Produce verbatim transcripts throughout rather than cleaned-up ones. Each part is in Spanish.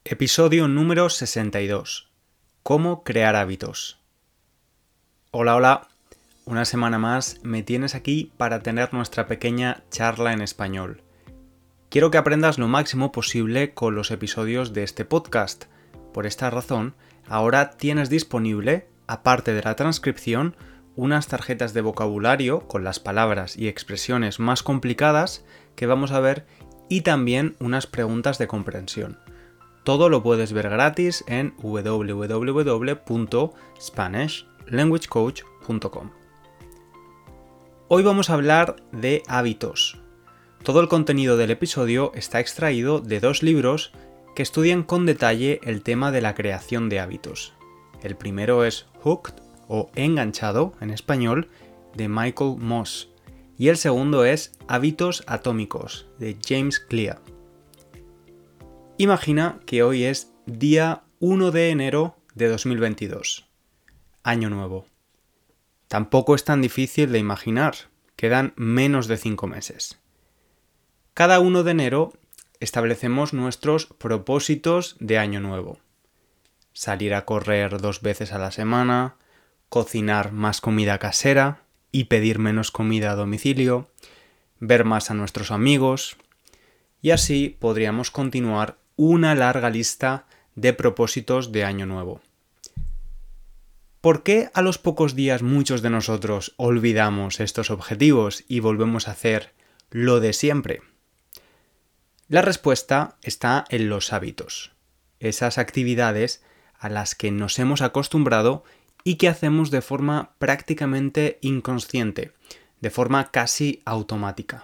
Episodio número sesenta y dos. ¿Cómo crear hábitos? Hola, hola. Una semana más me tienes aquí para tener nuestra pequeña charla en español. Quiero que aprendas lo máximo posible con los episodios de este podcast. Por esta razón, ahora tienes disponible, aparte de la transcripción, unas tarjetas de vocabulario con las palabras y expresiones más complicadas que vamos a ver y también unas preguntas de comprensión. Todo lo puedes ver gratis en w w w punto spanish language coach punto com. Hoy vamos a hablar de hábitos. Todo el contenido del episodio está extraído de dos libros que estudian con detalle el tema de la creación de hábitos. El primero es Hooked o Enganchado en español de Michael Moss y el segundo es Hábitos Atómicos de James Clear. Imagina que hoy es día uno de enero de dos mil veintidós, año nuevo. Tampoco es tan difícil de imaginar, quedan menos de cinco meses. Cada uno de enero establecemos nuestros propósitos de año nuevo. Salir a correr dos veces a la semana, cocinar más comida casera y pedir menos comida a domicilio, ver más a nuestros amigos, y así podríamos continuar una larga lista de propósitos de año nuevo. ¿Por qué a los pocos días muchos de nosotros olvidamos estos objetivos y volvemos a hacer lo de siempre? La respuesta está en los hábitos, esas actividades a las que nos hemos acostumbrado y que hacemos de forma prácticamente inconsciente, de forma casi automática.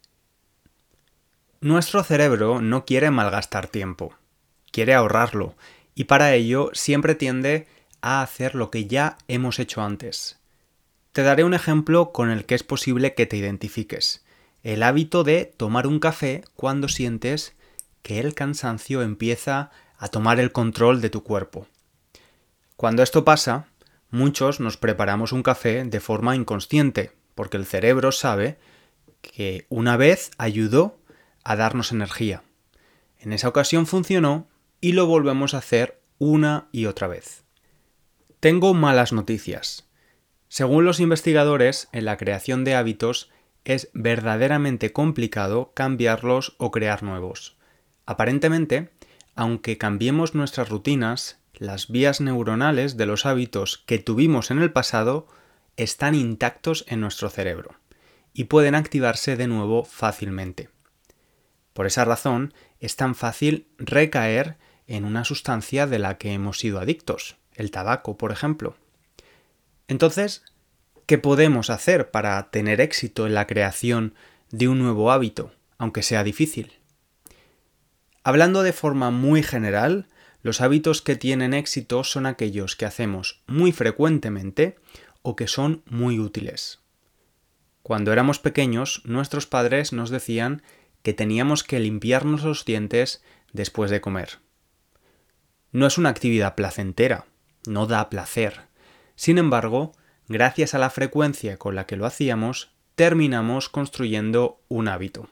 Nuestro cerebro no quiere malgastar tiempo, quiere ahorrarlo, y para ello siempre tiende a hacer lo que ya hemos hecho antes. Te daré un ejemplo con el que es posible que te identifiques. El hábito de tomar un café cuando sientes que el cansancio empieza a tomar el control de tu cuerpo. Cuando esto pasa, muchos nos preparamos un café de forma inconsciente, porque el cerebro sabe que una vez ayudó a darnos energía. En esa ocasión funcionó y lo volvemos a hacer una y otra vez. Tengo malas noticias. Según los investigadores, en la creación de hábitos es verdaderamente complicado cambiarlos o crear nuevos. Aparentemente, aunque cambiemos nuestras rutinas, las vías neuronales de los hábitos que tuvimos en el pasado están intactos en nuestro cerebro y pueden activarse de nuevo fácilmente. Por esa razón, es tan fácil recaer en una sustancia de la que hemos sido adictos, el tabaco, por ejemplo. Entonces, ¿qué podemos hacer para tener éxito en la creación de un nuevo hábito, aunque sea difícil? Hablando de forma muy general, los hábitos que tienen éxito son aquellos que hacemos muy frecuentemente o que son muy útiles. Cuando éramos pequeños, nuestros padres nos decían que teníamos que limpiarnos los dientes después de comer. No es una actividad placentera, no da placer. Sin embargo, gracias a la frecuencia con la que lo hacíamos, terminamos construyendo un hábito.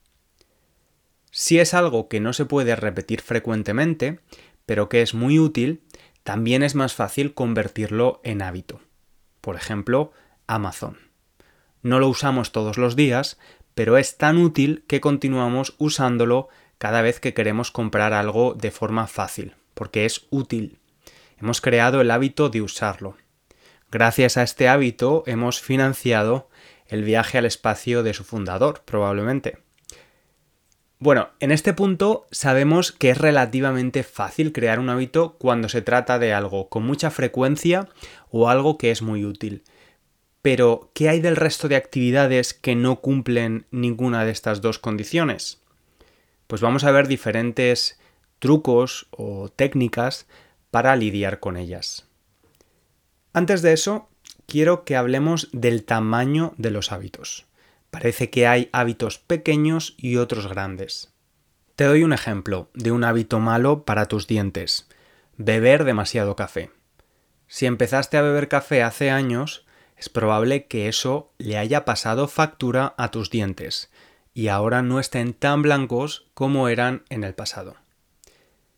Si es algo que no se puede repetir frecuentemente, pero que es muy útil, también es más fácil convertirlo en hábito. Por ejemplo, Amazon. No lo usamos todos los días, pero es tan útil que continuamos usándolo cada vez que queremos comprar algo de forma fácil, porque es útil. Hemos creado el hábito de usarlo. Gracias a este hábito hemos financiado el viaje al espacio de su fundador, probablemente. Bueno, en este punto sabemos que es relativamente fácil crear un hábito cuando se trata de algo con mucha frecuencia o algo que es muy útil. Pero, ¿qué hay del resto de actividades que no cumplen ninguna de estas dos condiciones? Pues vamos a ver diferentes trucos o técnicas para lidiar con ellas. Antes de eso, quiero que hablemos del tamaño de los hábitos. Parece que hay hábitos pequeños y otros grandes. Te doy un ejemplo de un hábito malo para tus dientes: beber demasiado café. Si empezaste a beber café hace años, es probable que eso le haya pasado factura a tus dientes y ahora no estén tan blancos como eran en el pasado.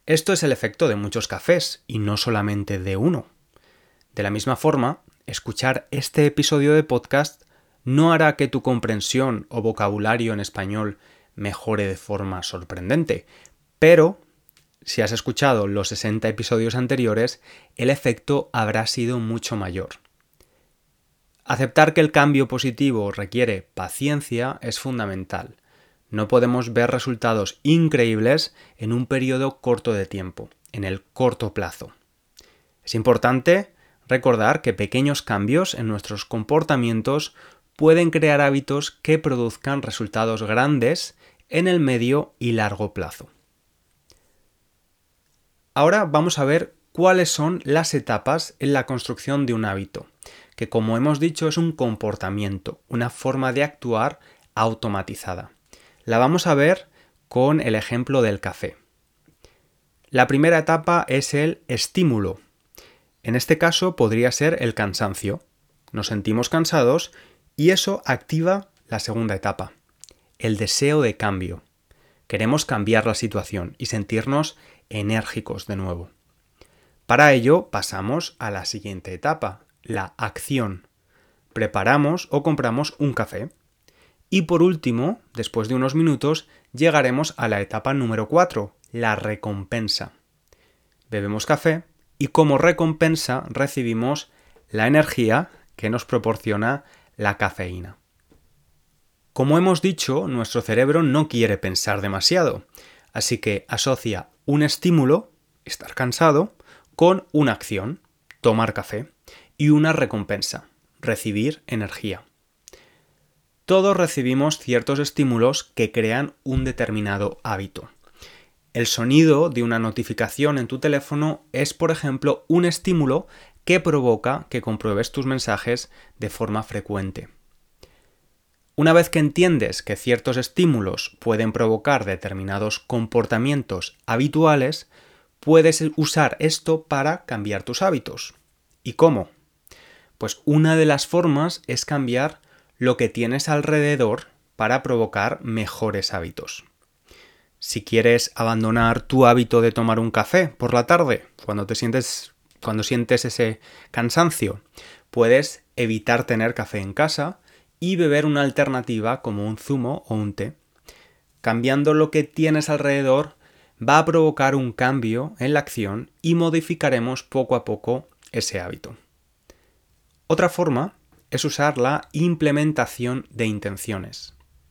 Esto es el efecto de muchos cafés y no solamente de uno. De la misma forma, escuchar este episodio de podcast no hará que tu comprensión o vocabulario en español mejore de forma sorprendente, pero si has escuchado los sesenta episodios anteriores, el efecto habrá sido mucho mayor. Aceptar que el cambio positivo requiere paciencia es fundamental. No podemos ver resultados increíbles en un periodo corto de tiempo, en el corto plazo. Es importante recordar que pequeños cambios en nuestros comportamientos pueden crear hábitos que produzcan resultados grandes en el medio y largo plazo. Ahora vamos a ver cuáles son las etapas en la construcción de un hábito, que como hemos dicho es un comportamiento, una forma de actuar automatizada. La vamos a ver con el ejemplo del café. La primera etapa es el estímulo. En este caso podría ser el cansancio. Nos sentimos cansados y eso activa la segunda etapa, el deseo de cambio. Queremos cambiar la situación y sentirnos enérgicos de nuevo. Para ello pasamos a la siguiente etapa, la acción. Preparamos o compramos un café. Y por último, después de unos minutos, llegaremos a la etapa número cuatro, la recompensa. Bebemos café y como recompensa recibimos la energía que nos proporciona la cafeína. Como hemos dicho, nuestro cerebro no quiere pensar demasiado, así que asocia un estímulo, estar cansado, con una acción, tomar café, y una recompensa, recibir energía. Todos recibimos ciertos estímulos que crean un determinado hábito. El sonido de una notificación en tu teléfono es, por ejemplo, un estímulo que provoca que compruebes tus mensajes de forma frecuente. Una vez que entiendes que ciertos estímulos pueden provocar determinados comportamientos habituales, puedes usar esto para cambiar tus hábitos. ¿Y cómo? Pues una de las formas es cambiar lo que tienes alrededor para provocar mejores hábitos. Si quieres abandonar tu hábito de tomar un café por la tarde, cuando te sientes, cuando sientes ese cansancio, puedes evitar tener café en casa y beber una alternativa como un zumo o un té. Cambiando lo que tienes alrededor va a provocar un cambio en la acción y modificaremos poco a poco ese hábito. Otra forma es usar la implementación de intenciones.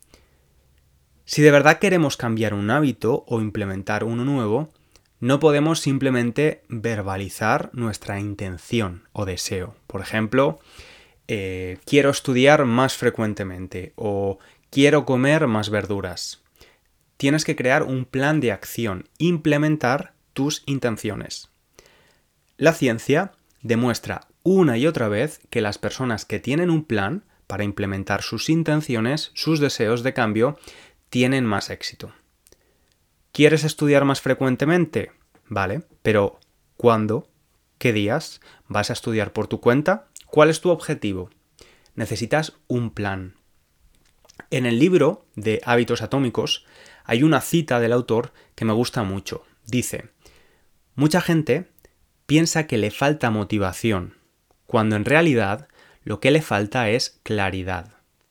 Si de verdad queremos cambiar un hábito o implementar uno nuevo, no podemos simplemente verbalizar nuestra intención o deseo. Por ejemplo, eh, quiero estudiar más frecuentemente o quiero comer más verduras. Tienes que crear un plan de acción, implementar tus intenciones. La ciencia demuestra una y otra vez que las personas que tienen un plan para implementar sus intenciones, sus deseos de cambio, tienen más éxito. ¿Quieres estudiar más frecuentemente? Vale, pero ¿cuándo? ¿Qué días? ¿Vas a estudiar por tu cuenta? ¿Cuál es tu objetivo? Necesitas un plan. En el libro de Hábitos Atómicos hay una cita del autor que me gusta mucho. Dice: mucha gente piensa que le falta motivación, cuando en realidad lo que le falta es claridad.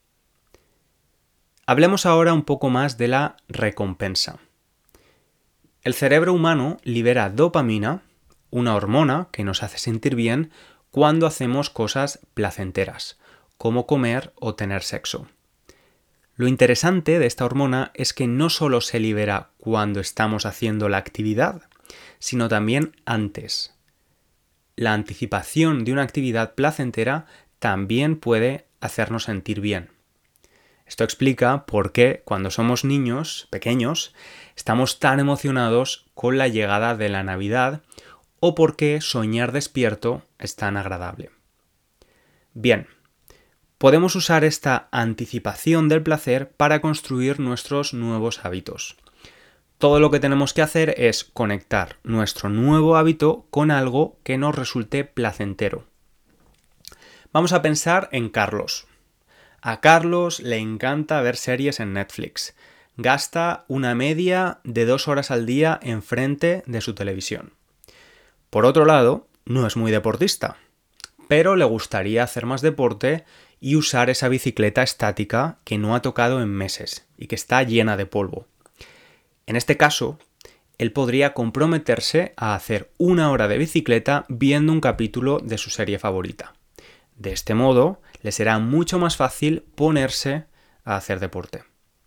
Hablemos ahora un poco más de la recompensa. El cerebro humano libera dopamina, una hormona que nos hace sentir bien cuando hacemos cosas placenteras, como comer o tener sexo. Lo interesante de esta hormona es que no solo se libera cuando estamos haciendo la actividad, sino también antes. La anticipación de una actividad placentera también puede hacernos sentir bien. Esto explica por qué cuando somos niños pequeños estamos tan emocionados con la llegada de la Navidad o por qué soñar despierto es tan agradable. Bien, podemos usar esta anticipación del placer para construir nuestros nuevos hábitos. Todo lo que tenemos que hacer es conectar nuestro nuevo hábito con algo que nos resulte placentero. Vamos a pensar en Carlos. A Carlos le encanta ver series en Netflix. gasta una media de dos horas al día enfrente de su televisión. Por otro lado, no es muy deportista, pero le gustaría hacer más deporte y usar esa bicicleta estática que no ha tocado en meses y que está llena de polvo. En este caso, él podría comprometerse a hacer una hora de bicicleta viendo un capítulo de su serie favorita. De este modo, le será mucho más fácil ponerse a hacer deporte.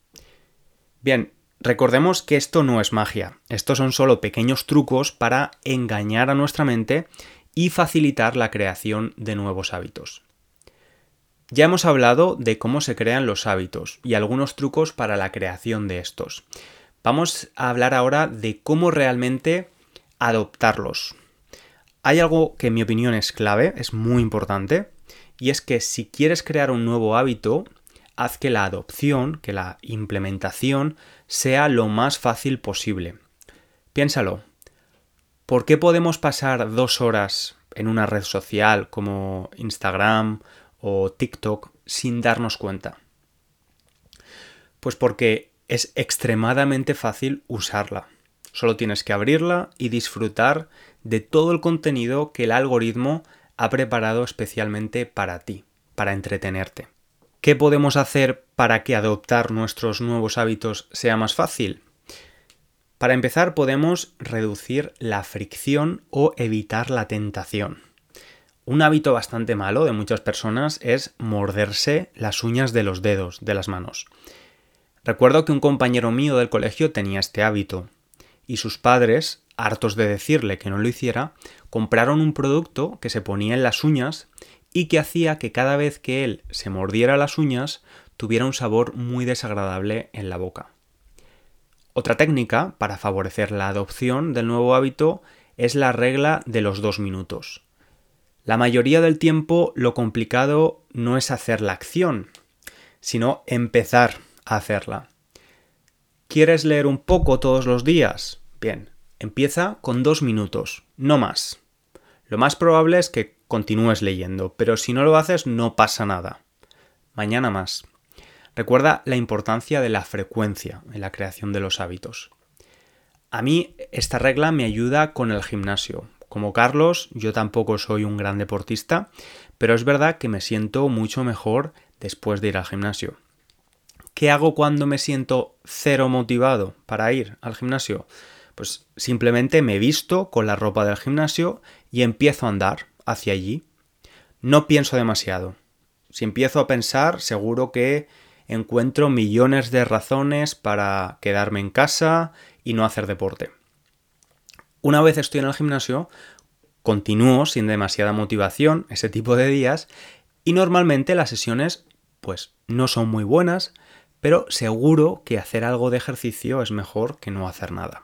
Bien, recordemos que esto no es magia. Estos son solo pequeños trucos para engañar a nuestra mente y facilitar la creación de nuevos hábitos. Ya hemos hablado de cómo se crean los hábitos y algunos trucos para la creación de estos. Vamos a hablar ahora de cómo realmente adoptarlos. Hay algo que en mi opinión es clave, es muy importante, y es que si quieres crear un nuevo hábito, haz que la adopción, que la implementación sea lo más fácil posible. Piénsalo. ¿Por qué podemos pasar dos horas en una red social como Instagram o TikTok sin darnos cuenta? Pues porque es extremadamente fácil usarla. Solo tienes que abrirla y disfrutar de todo el contenido que el algoritmo ha preparado especialmente para ti, para entretenerte. ¿Qué podemos hacer para que adoptar nuestros nuevos hábitos sea más fácil? Para empezar, podemos reducir la fricción o evitar la tentación. Un hábito bastante malo de muchas personas es morderse las uñas de los dedos de las manos. Recuerdo que un compañero mío del colegio tenía este hábito y sus padres, hartos de decirle que no lo hiciera, compraron un producto que se ponía en las uñas y que hacía que cada vez que él se mordiera las uñas tuviera un sabor muy desagradable en la boca. Otra técnica para favorecer la adopción del nuevo hábito es la regla de los dos minutos. La mayoría del tiempo lo complicado no es hacer la acción, sino empezar a hacerla. ¿Quieres leer un poco todos los días? Bien, empieza con dos minutos, no más. Lo más probable es que continúes leyendo, pero si no lo haces no pasa nada. Mañana más. Recuerda la importancia de la frecuencia en la creación de los hábitos. A mí esta regla me ayuda con el gimnasio. Como Carlos, yo tampoco soy un gran deportista, pero es verdad que me siento mucho mejor después de ir al gimnasio. ¿Qué hago cuando me siento cero motivado para ir al gimnasio? Pues simplemente me visto con la ropa del gimnasio y empiezo a andar hacia allí. No pienso demasiado. Si empiezo a pensar, seguro que encuentro millones de razones para quedarme en casa y no hacer deporte. Una vez estoy en el gimnasio, continúo sin demasiada motivación ese tipo de días y normalmente las sesiones pues no son muy buenas, pero seguro que hacer algo de ejercicio es mejor que no hacer nada.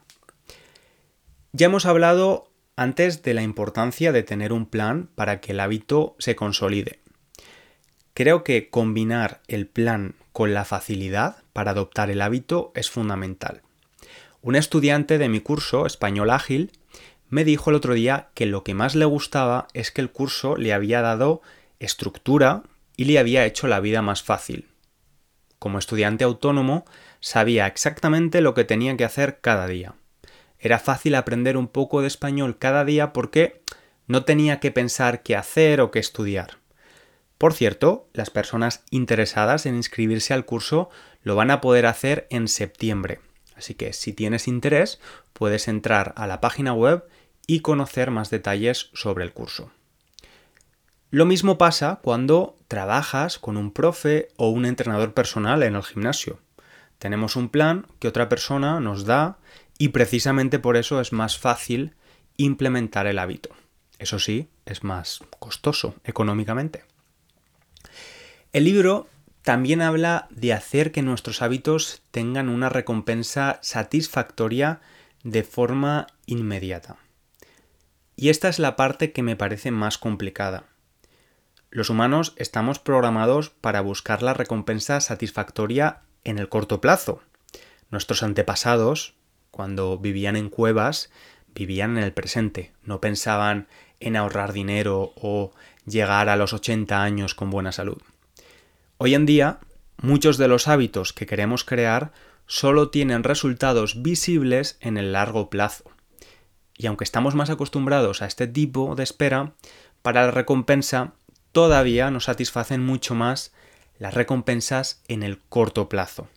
Ya hemos hablado antes de la importancia de tener un plan para que el hábito se consolide. Creo que combinar el plan con la facilidad para adoptar el hábito es fundamental. Un estudiante de mi curso, Español Ágil, me dijo el otro día que lo que más le gustaba es que el curso le había dado estructura y le había hecho la vida más fácil. Como estudiante autónomo, sabía exactamente lo que tenía que hacer cada día. Era fácil aprender un poco de español cada día porque no tenía que pensar qué hacer o qué estudiar. Por cierto, las personas interesadas en inscribirse al curso lo van a poder hacer en septiembre. Así que si tienes interés, puedes entrar a la página web y conocer más detalles sobre el curso. Lo mismo pasa cuando trabajas con un profe o un entrenador personal en el gimnasio. Tenemos un plan que otra persona nos da y precisamente por eso es más fácil implementar el hábito. Eso sí, es más costoso económicamente. El libro también habla de hacer que nuestros hábitos tengan una recompensa satisfactoria de forma inmediata. Y esta es la parte que me parece más complicada. Los humanos estamos programados para buscar la recompensa satisfactoria en el corto plazo. Nuestros antepasados, cuando vivían en cuevas, vivían en el presente, no pensaban en ahorrar dinero o llegar a los ochenta años con buena salud. Hoy en día, muchos de los hábitos que queremos crear solo tienen resultados visibles en el largo plazo. Y aunque estamos más acostumbrados a este tipo de espera, para la recompensa todavía nos satisfacen mucho más las recompensas en el corto plazo.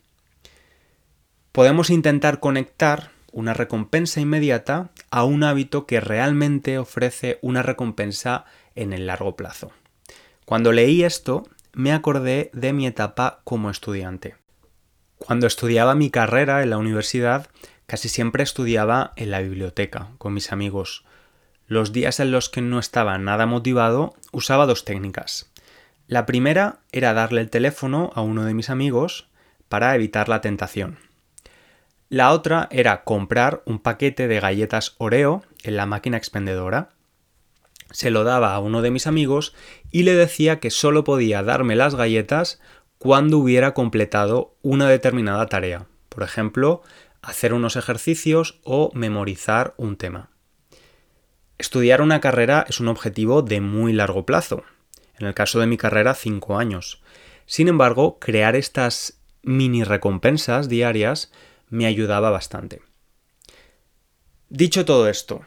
Podemos intentar conectar una recompensa inmediata a un hábito que realmente ofrece una recompensa en el largo plazo. Cuando leí esto, me acordé de mi etapa como estudiante. Cuando estudiaba mi carrera en la universidad, casi siempre estudiaba en la biblioteca, con mis amigos. Los días en los que no estaba nada motivado, usaba dos técnicas. La primera era darle el teléfono a uno de mis amigos para evitar la tentación. La otra era comprar un paquete de galletas Oreo en la máquina expendedora. Se lo daba a uno de mis amigos y le decía que solo podía darme las galletas cuando hubiera completado una determinada tarea. Por ejemplo, hacer unos ejercicios o memorizar un tema. Estudiar una carrera es un objetivo de muy largo plazo. En el caso de mi carrera, cinco años. Sin embargo, crear estas mini recompensas diarias me ayudaba bastante. Dicho todo esto,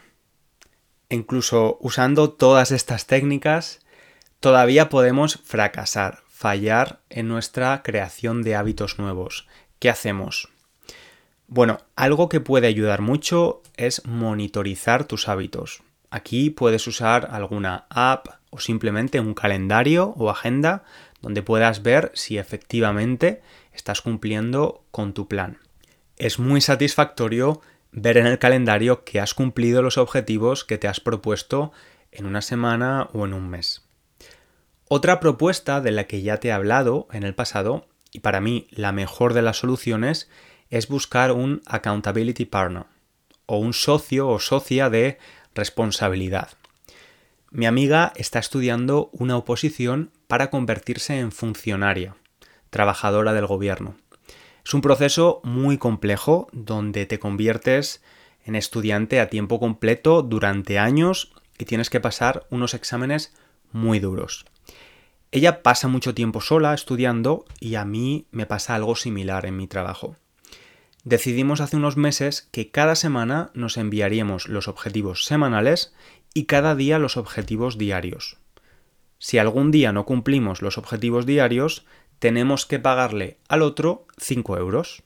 incluso usando todas estas técnicas, todavía podemos fracasar, fallar en nuestra creación de hábitos nuevos. ¿Qué hacemos? Bueno, algo que puede ayudar mucho es monitorizar tus hábitos. Aquí puedes usar alguna app o simplemente un calendario o agenda donde puedas ver si efectivamente estás cumpliendo con tu plan. Es muy satisfactorio ver en el calendario que has cumplido los objetivos que te has propuesto en una semana o en un mes. Otra propuesta de la que ya te he hablado en el pasado, y para mí la mejor de las soluciones, es buscar un accountability partner o un socio o socia de responsabilidad. Mi amiga está estudiando una oposición para convertirse en funcionaria, trabajadora del gobierno. Es un proceso muy complejo donde te conviertes en estudiante a tiempo completo durante años y tienes que pasar unos exámenes muy duros. Ella pasa mucho tiempo sola estudiando y a mí me pasa algo similar en mi trabajo. Decidimos hace unos meses que cada semana nos enviaríamos los objetivos semanales y cada día los objetivos diarios. Si algún día no cumplimos los objetivos diarios, tenemos que pagarle al otro cinco euros.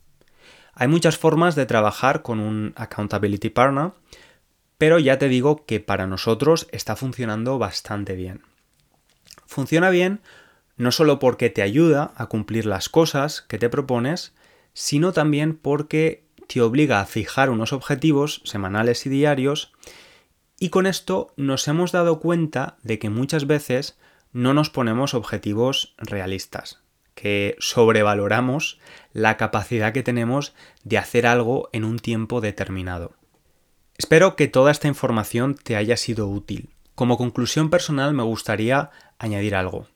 Hay muchas formas de trabajar con un accountability partner, pero ya te digo que para nosotros está funcionando bastante bien. Funciona bien no solo porque te ayuda a cumplir las cosas que te propones, sino también porque te obliga a fijar unos objetivos semanales y diarios, y con esto nos hemos dado cuenta de que muchas veces no nos ponemos objetivos realistas, que sobrevaloramos la capacidad que tenemos de hacer algo en un tiempo determinado. Espero que toda esta información te haya sido útil. Como conclusión personal me gustaría añadir algo.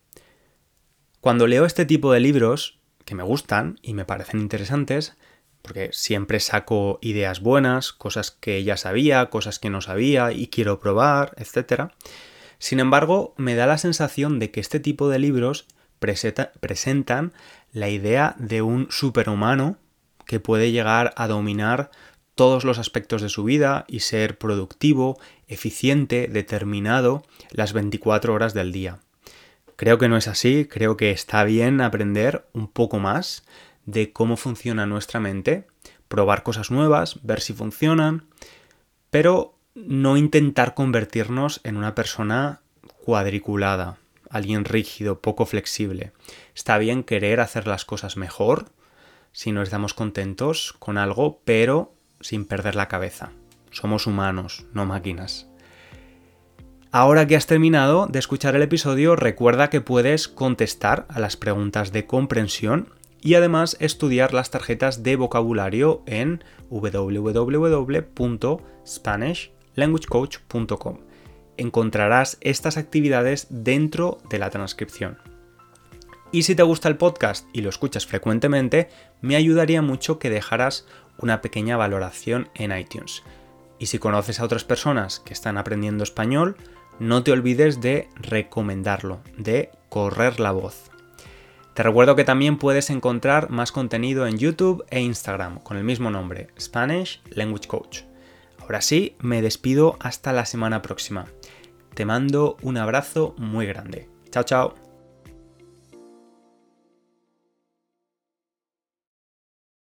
Cuando leo este tipo de libros, que me gustan y me parecen interesantes, porque siempre saco ideas buenas, cosas que ya sabía, cosas que no sabía y quiero probar, etcétera. Sin embargo, me da la sensación de que este tipo de libros presenta, presentan la idea de un superhumano que puede llegar a dominar todos los aspectos de su vida y ser productivo, eficiente, determinado las veinticuatro horas del día. Creo que no es así, creo que está bien aprender un poco más de cómo funciona nuestra mente, probar cosas nuevas, ver si funcionan, pero no intentar convertirnos en una persona cuadriculada, alguien rígido, poco flexible. Está bien querer hacer las cosas mejor si no estamos contentos con algo, pero sin perder la cabeza. Somos humanos, no máquinas. Ahora que has terminado de escuchar el episodio, recuerda que puedes contestar a las preguntas de comprensión y además estudiar las tarjetas de vocabulario en w w w punto spanish language coach punto com. Encontrarás estas actividades dentro de la transcripción. Y si te gusta el podcast y lo escuchas frecuentemente, me ayudaría mucho que dejaras una pequeña valoración en iTunes. Y si conoces a otras personas que están aprendiendo español, no te olvides de recomendarlo, de correr la voz. Te recuerdo que también puedes encontrar más contenido en YouTube e Instagram con el mismo nombre, Spanish Language Coach. Ahora sí, me despido hasta la semana próxima. Te mando un abrazo muy grande. Chao, chao.